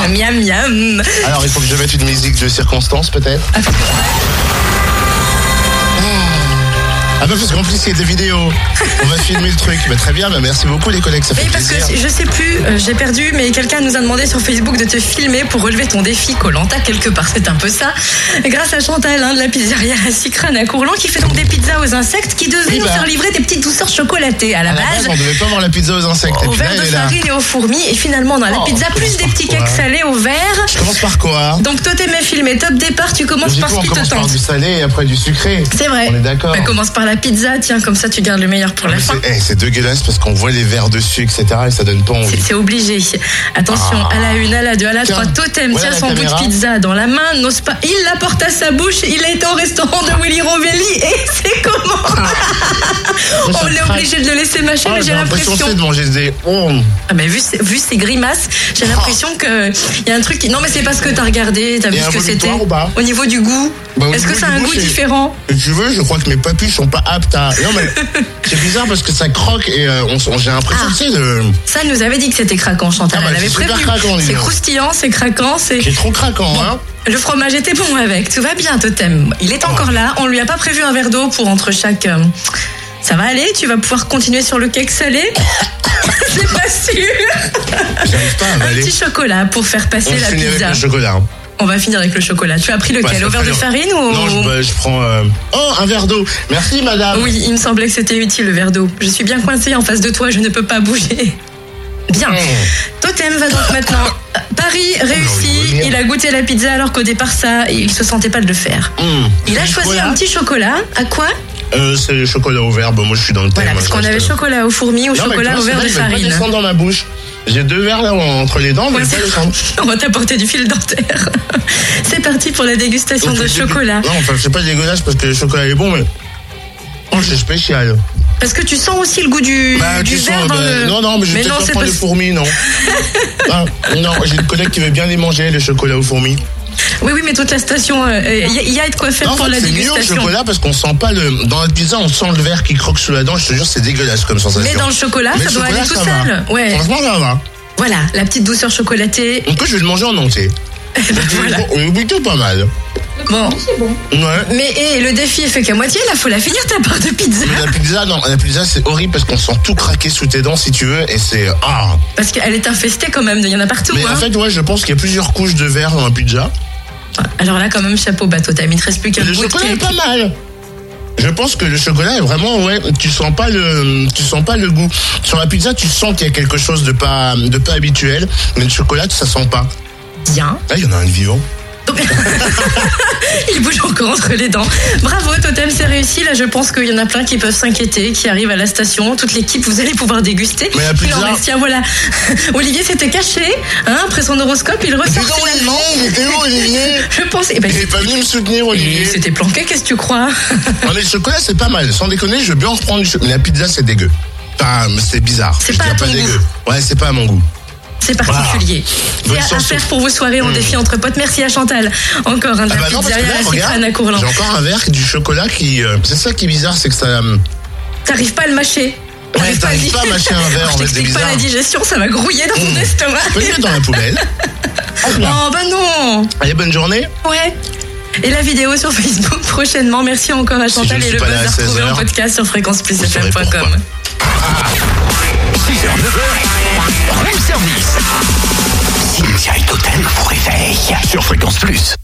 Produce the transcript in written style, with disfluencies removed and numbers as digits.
Miam miam. Alors, il faut que je mette une musique de circonstance, peut-être. Ah bah parce qu'en plus il y a des vidéos, on va filmer le truc. Bah, très bien, bah, merci beaucoup les collègues, ça fait parce plaisir. que je sais plus, j'ai perdu, mais quelqu'un nous a demandé sur Facebook de te filmer pour relever ton défi Koh-Lanta quelque part, c'est un peu ça. Grâce à Chantal de la pizzeria La Sicrane à Courlan qui fait donc des pizzas aux insectes qui devait nous faire livrer des petites douceurs chocolatées à la base. On devait pas avoir la pizza aux insectes. Au verre de farine et aux fourmis, et finalement on a la pizza plus des petits cakes salés au verre. Je commence par quoi? Donc toi t'aimais filmer, top départ, tu commences par ce qui te tente. On commence par du salé et après du sucré. C'est vrai. On est d'accord. On commence par la pizza, tiens, comme ça tu gardes le meilleur pour la fin. C'est dégueulasse parce qu'on voit les verres dessus, etc. et ça donne pas envie. C'est obligé. Attention, à la 1, à la 2, à la 3, Totem tient son bout de pizza dans la main, n'ose pas, il la porte à sa bouche, il est au restaurant de Willy Rovelli et c'est comment on est obligé de le laisser mâcher, mais j'ai l'impression de manger des... mais vu ses grimaces, j'ai l'impression qu'il y a un truc qui... Non mais c'est parce que t'as regardé, t'as vu ce que c'était au niveau du goût. Est-ce que ça a un goût différent? Si tu veux, je crois que mes papilles sont pas aptes à... Non mais c'est bizarre parce que ça croque et j'ai l'impression tu sais de... Ça elle nous avait dit que c'était craquant, Chantal, elle avait prévenu. C'est croustillant, c'est craquant, c'est trop craquant, hein. Le fromage était bon avec, tout va bien Totem. Il est encore là, on lui a pas prévu un verre d'eau pour entre chaque... Ça va aller, tu vas pouvoir continuer sur le cake salé. C'est pas sûr. J'arrive pas à avaler. Un petit chocolat pour faire passer la pizza. Avec le chocolat. On va finir avec le chocolat. Tu as pris lequel? Au verre de farine ou... Non, je prends... un verre d'eau. Merci, madame. Oui, il me semblait que c'était utile, le verre d'eau. Je suis bien coincée en face de toi, je ne peux pas bouger. Bien. Totem va donc maintenant... Paris réussi. Il a goûté la pizza alors qu'au départ, il se sentait pas de le faire. Il a choisi un petit chocolat. À quoi? C'est le chocolat au verre. Bon, moi, je suis dans le thème. Voilà, parce qu'on avait chocolat aux fourmis ou chocolat au verre de farine. Je vais pas descendre dans ma bouche. J'ai 2 verres là entre les dents, mais je vais pas descendre. On va t'apporter du fil dentaire. C'est parti pour la dégustation de chocolat. Non, enfin, c'est pas dégueulasse parce que le chocolat est bon, mais... c'est spécial. Parce que tu sens aussi le goût du verre dans le... Non, mais je vais peut-être pas prendre les fourmis, non. Non, j'ai une collègue qui veut bien les manger, les chocolats aux fourmis. Oui, mais toute la station, il y a de quoi faire pour la dégustation. C'est mieux au chocolat parce qu'on sent pas le... Dans la pizza, on sent le verre qui croque sous la dent. Je te jure, c'est dégueulasse comme sensation. Mais dans le chocolat, ça doit aller tout seul. Ouais. Franchement, ça va. Voilà, la petite douceur chocolatée. Donc, je vais le manger en entier. Voilà. On est plutôt pas mal. Bon. C'est bon. Ouais. Mais le défi est fait qu'à moitié, là, faut la finir ta part de pizza. Mais la pizza, c'est horrible parce qu'on sent tout craquer sous tes dents, si tu veux, et c'est... Parce qu'elle est infestée quand même, il y en a partout. Mais en fait, je pense qu'il y a plusieurs couches de verre dans la pizza. Alors là, quand même, chapeau bateau, il ne reste plus qu'un bout de cake. Le chocolat est pas mal. Je pense que le chocolat est vraiment, tu sens pas le goût. Sur la pizza, tu sens qu'il y a quelque chose de pas habituel, mais le chocolat, ça sent pas. Bien. Là, il y en a un de vivant. Il bouge encore entre les dents. Bravo, Totem, c'est réussi. Là, je pense qu'il y en a plein qui peuvent s'inquiéter, qui arrivent à la station. Toute l'équipe, vous allez pouvoir déguster. Mais la pizza... Tiens, voilà. Olivier s'était caché. Après son horoscope, il ressort finalement. Il était où, Olivier? Je pense... il est pas venu me soutenir, Olivier. Il s'était planqué, qu'est-ce que tu crois? Le chocolat, c'est pas mal. Sans déconner, je veux bien en reprendre du chocolat. Mais la pizza, c'est dégueu. C'est bizarre. C'est pas à ton goût. Ouais, c'est pas à mon goût. C'est particulier. C'est à faire pour vos soirées en défi entre potes. Merci à Chantal. Encore un de la pizzeria La Sicrane à Courlan. J'ai encore un verre du chocolat qui... c'est ça qui est bizarre, c'est que ça... T'arrives pas à le mâcher. Ouais, t'arrives pas à mâcher un verre, en fait, c'est bizarre. Pas la digestion, ça va grouiller dans ton estomac. Tu peux le mettre dans la poubelle. Oh bah non. Allez, bonne journée. Ouais. Et la vidéo sur Facebook prochainement. Merci encore à Chantal et le buzz à retrouver en podcast sur fréquenceplusfm.com. 6h, 9h, room service. Cimetière et Totem vous réveille sur Fréquence Plus.